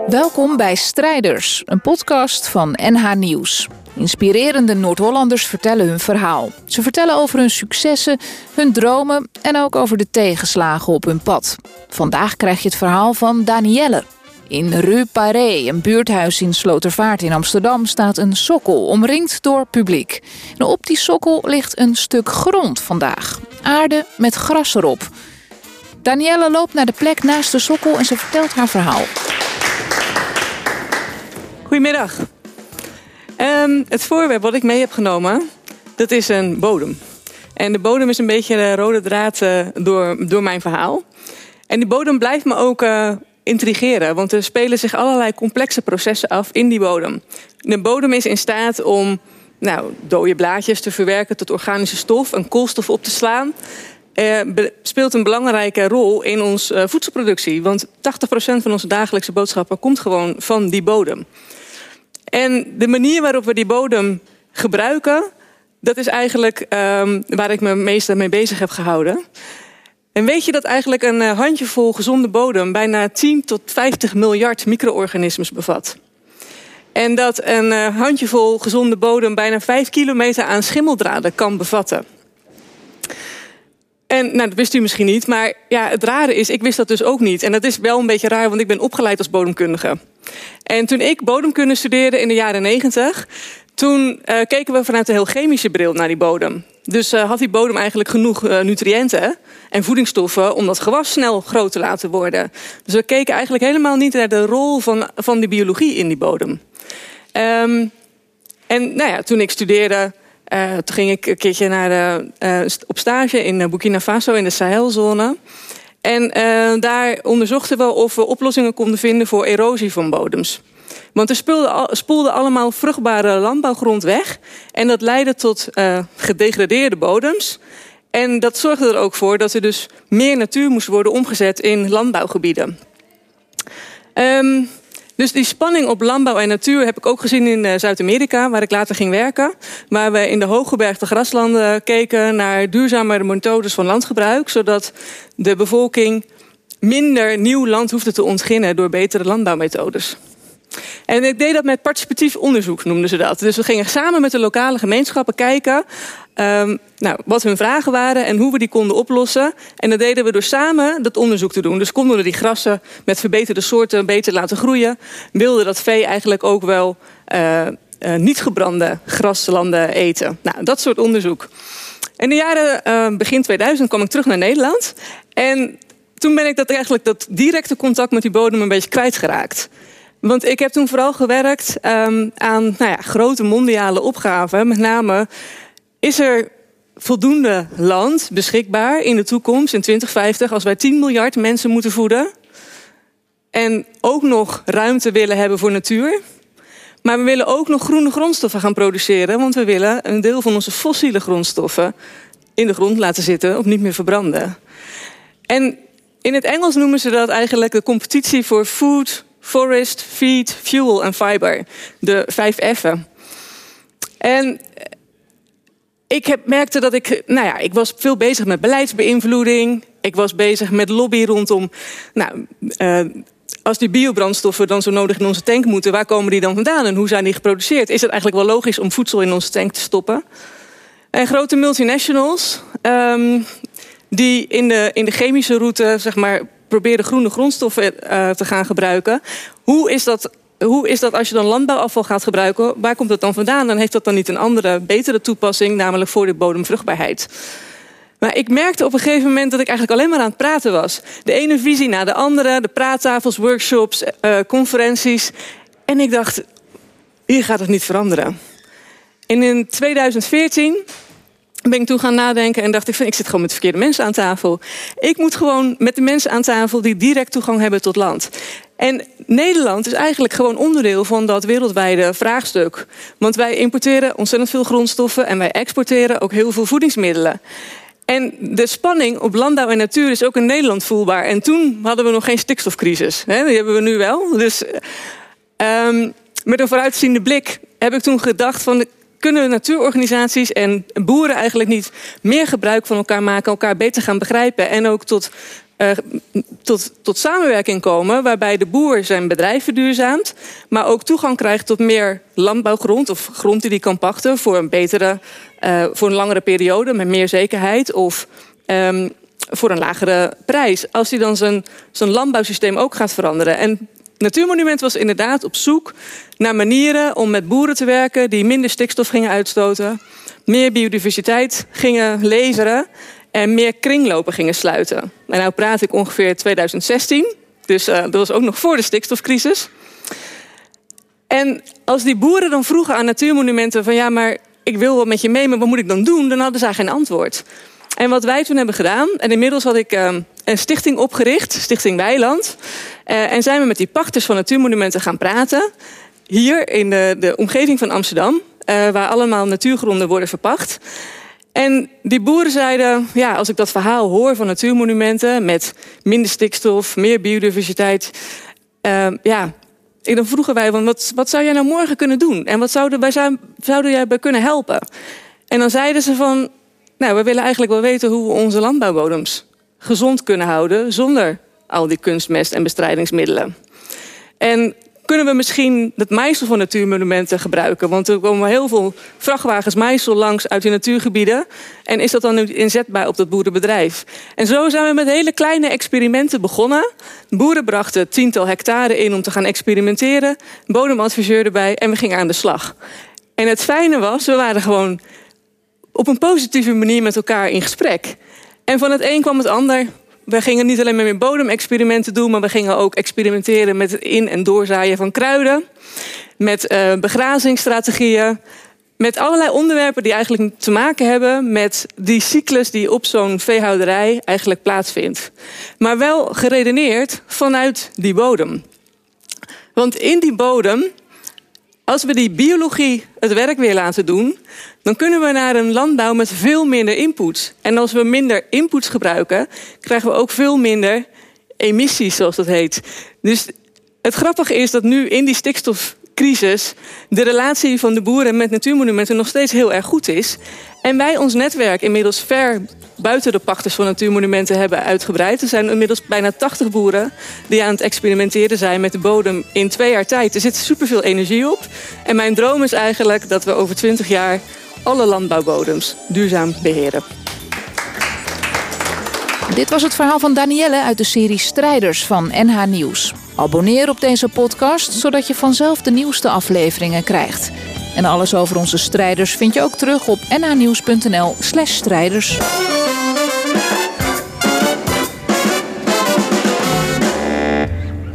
Welkom bij Strijders, een podcast van NH Nieuws. Inspirerende Noord-Hollanders vertellen hun verhaal. Ze vertellen over hun successen, hun dromen en ook over de tegenslagen op hun pad. Vandaag krijg je het verhaal van Danielle. In Rue Paré, een buurthuis in Slotervaart in Amsterdam, staat een sokkel omringd door publiek. En op die sokkel ligt een stuk grond vandaag. Aarde met gras erop. Danielle loopt naar de plek naast de sokkel en ze vertelt haar verhaal. Goedemiddag. Het voorwerp wat ik mee heb genomen, dat is een bodem. En de bodem is een beetje de rode draad door mijn verhaal. En die bodem blijft me ook intrigeren, want er spelen zich allerlei complexe processen af in die bodem. De bodem is in staat om dode blaadjes te verwerken tot organische stof en koolstof op te slaan. Speelt een belangrijke rol in onze voedselproductie. Want 80% van onze dagelijkse boodschappen komt gewoon van die bodem. En de manier waarop we die bodem gebruiken, dat is eigenlijk waar ik me meest mee bezig heb gehouden. En weet je dat eigenlijk een handjevol gezonde bodem bijna 10 tot 50 miljard micro-organismes bevat? En dat een handjevol gezonde bodem bijna 5 kilometer aan schimmeldraden kan bevatten. En dat wist u misschien niet, maar ja, het rare is, ik wist dat dus ook niet. En dat is wel een beetje raar, want ik ben opgeleid als bodemkundige. En toen ik bodemkunde studeerde in de jaren 90... toen keken we vanuit een heel chemische bril naar die bodem. Dus had die bodem eigenlijk genoeg nutriënten en voedingsstoffen om dat gewas snel groot te laten worden. Dus we keken eigenlijk helemaal niet naar de rol van de biologie in die bodem. Toen ik studeerde, toen ging ik een keertje op stage in Burkina Faso in de Sahelzone. En daar onderzochten we of we oplossingen konden vinden voor erosie van bodems. Want er spoelde allemaal vruchtbare landbouwgrond weg. En dat leidde tot gedegradeerde bodems. En dat zorgde er ook voor dat er dus meer natuur moest worden omgezet in landbouwgebieden. Dus die spanning op landbouw en natuur heb ik ook gezien in Zuid-Amerika, waar ik later ging werken. Waar we in de hooggebergte graslanden keken naar duurzamere methodes van landgebruik, zodat de bevolking minder nieuw land hoefde te ontginnen door betere landbouwmethodes. En ik deed dat met participatief onderzoek, noemden ze dat. Dus we gingen samen met de lokale gemeenschappen kijken wat hun vragen waren en hoe we die konden oplossen. En dat deden we door samen dat onderzoek te doen. Dus konden we die grassen met verbeterde soorten beter laten groeien. Wilden dat vee eigenlijk ook wel niet gebrande graslanden eten. Dat soort onderzoek. In de jaren begin 2000 kwam ik terug naar Nederland. En toen ben ik dat directe contact met die bodem een beetje kwijtgeraakt. Want ik heb toen vooral gewerkt aan grote mondiale opgaven. Met name, is er voldoende land beschikbaar in de toekomst, in 2050... als wij 10 miljard mensen moeten voeden? En ook nog ruimte willen hebben voor natuur. Maar we willen ook nog groene grondstoffen gaan produceren. Want we willen een deel van onze fossiele grondstoffen in de grond laten zitten of niet meer verbranden. En in het Engels noemen ze dat eigenlijk de competitie voor food, forest, feed, fuel en fiber. De 5 F'en. En ik merkte dat ik was veel bezig met beleidsbeïnvloeding. Ik was bezig met lobby rondom, als die biobrandstoffen dan zo nodig in onze tank moeten, waar komen die dan vandaan en hoe zijn die geproduceerd? Is het eigenlijk wel logisch om voedsel in onze tank te stoppen? En grote multinationals, die in de chemische route, proberen groene grondstoffen te gaan gebruiken. Hoe is dat als je dan landbouwafval gaat gebruiken? Waar komt dat dan vandaan? Dan heeft dat dan niet een andere, betere toepassing, namelijk voor de bodemvruchtbaarheid. Maar ik merkte op een gegeven moment dat ik eigenlijk alleen maar aan het praten was. De ene visie na de andere, de praattafels, workshops, conferenties. En ik dacht, hier gaat het niet veranderen. En in 2014 ben ik toen gaan nadenken en dacht ik zit gewoon met de verkeerde mensen aan tafel. Ik moet gewoon met de mensen aan tafel die direct toegang hebben tot land. En Nederland is eigenlijk gewoon onderdeel van dat wereldwijde vraagstuk. Want wij importeren ontzettend veel grondstoffen en wij exporteren ook heel veel voedingsmiddelen. En de spanning op landbouw en natuur is ook in Nederland voelbaar. En toen hadden we nog geen stikstofcrisis. Die hebben we nu wel. Dus met een vooruitziende blik heb ik toen gedacht van, kunnen natuurorganisaties en boeren eigenlijk niet meer gebruik van elkaar maken, elkaar beter gaan begrijpen en ook tot tot samenwerking komen, waarbij de boer zijn bedrijf verduurzaamt, maar ook toegang krijgt tot meer landbouwgrond of grond die hij kan pachten voor een langere periode met meer zekerheid of voor een lagere prijs. Als hij dan zijn landbouwsysteem ook gaat veranderen. En Natuurmonument was inderdaad op zoek naar manieren om met boeren te werken die minder stikstof gingen uitstoten, meer biodiversiteit gingen leveren en meer kringlopen gingen sluiten. En nou praat ik ongeveer 2016, dus dat was ook nog voor de stikstofcrisis. En als die boeren dan vroegen aan Natuurmonumenten van ja, maar ik wil wel met je mee, maar wat moet ik dan doen? Dan hadden zij geen antwoord. En wat wij toen hebben gedaan, en inmiddels had ik een stichting opgericht, Stichting Weiland. En zijn we met die pachters van Natuurmonumenten gaan praten. Hier in de omgeving van Amsterdam, waar allemaal natuurgronden worden verpacht. En die boeren zeiden, ja, als ik dat verhaal hoor van Natuurmonumenten met minder stikstof, meer biodiversiteit. Dan vroegen wij, wat zou jij nou morgen kunnen doen? En wat zouden jij bij kunnen helpen? En dan zeiden ze van, nou, we willen eigenlijk wel weten hoe we onze landbouwbodems gezond kunnen houden zonder al die kunstmest en bestrijdingsmiddelen. En kunnen we misschien het maïsel van Natuurmonumenten gebruiken? Want er komen heel veel vrachtwagens maïsel langs uit die natuurgebieden. En is dat dan nu inzetbaar op dat boerenbedrijf? En zo zijn we met hele kleine experimenten begonnen. Boeren brachten 10-tal hectare in om te gaan experimenteren. Bodemadviseur erbij en we gingen aan de slag. En het fijne was, we waren gewoon op een positieve manier met elkaar in gesprek. En van het een kwam het ander. We gingen niet alleen maar meer bodemexperimenten doen, maar we gingen ook experimenteren met het in- en doorzaaien van kruiden. Met begrazingsstrategieën. Met allerlei onderwerpen die eigenlijk te maken hebben met die cyclus die op zo'n veehouderij eigenlijk plaatsvindt. Maar wel geredeneerd vanuit die bodem. Want in die bodem, als we die biologie het werk weer laten doen, dan kunnen we naar een landbouw met veel minder inputs. En als we minder inputs gebruiken, krijgen we ook veel minder emissies, zoals dat heet. Dus het grappige is dat nu in die stikstofcrisis de relatie van de boeren met Natuurmonumenten nog steeds heel erg goed is. En wij ons netwerk inmiddels ver buiten de pachters van Natuurmonumenten hebben uitgebreid. Er zijn inmiddels bijna 80 boeren die aan het experimenteren zijn met de bodem in 2 jaar tijd. Er zit superveel energie op. En mijn droom is eigenlijk dat we over 20 jaar alle landbouwbodems duurzaam beheren. Dit was het verhaal van Danielle uit de serie Strijders van NH Nieuws. Abonneer op deze podcast, zodat je vanzelf de nieuwste afleveringen krijgt. En alles over onze strijders vind je ook terug op nhnieuws.nl/strijders.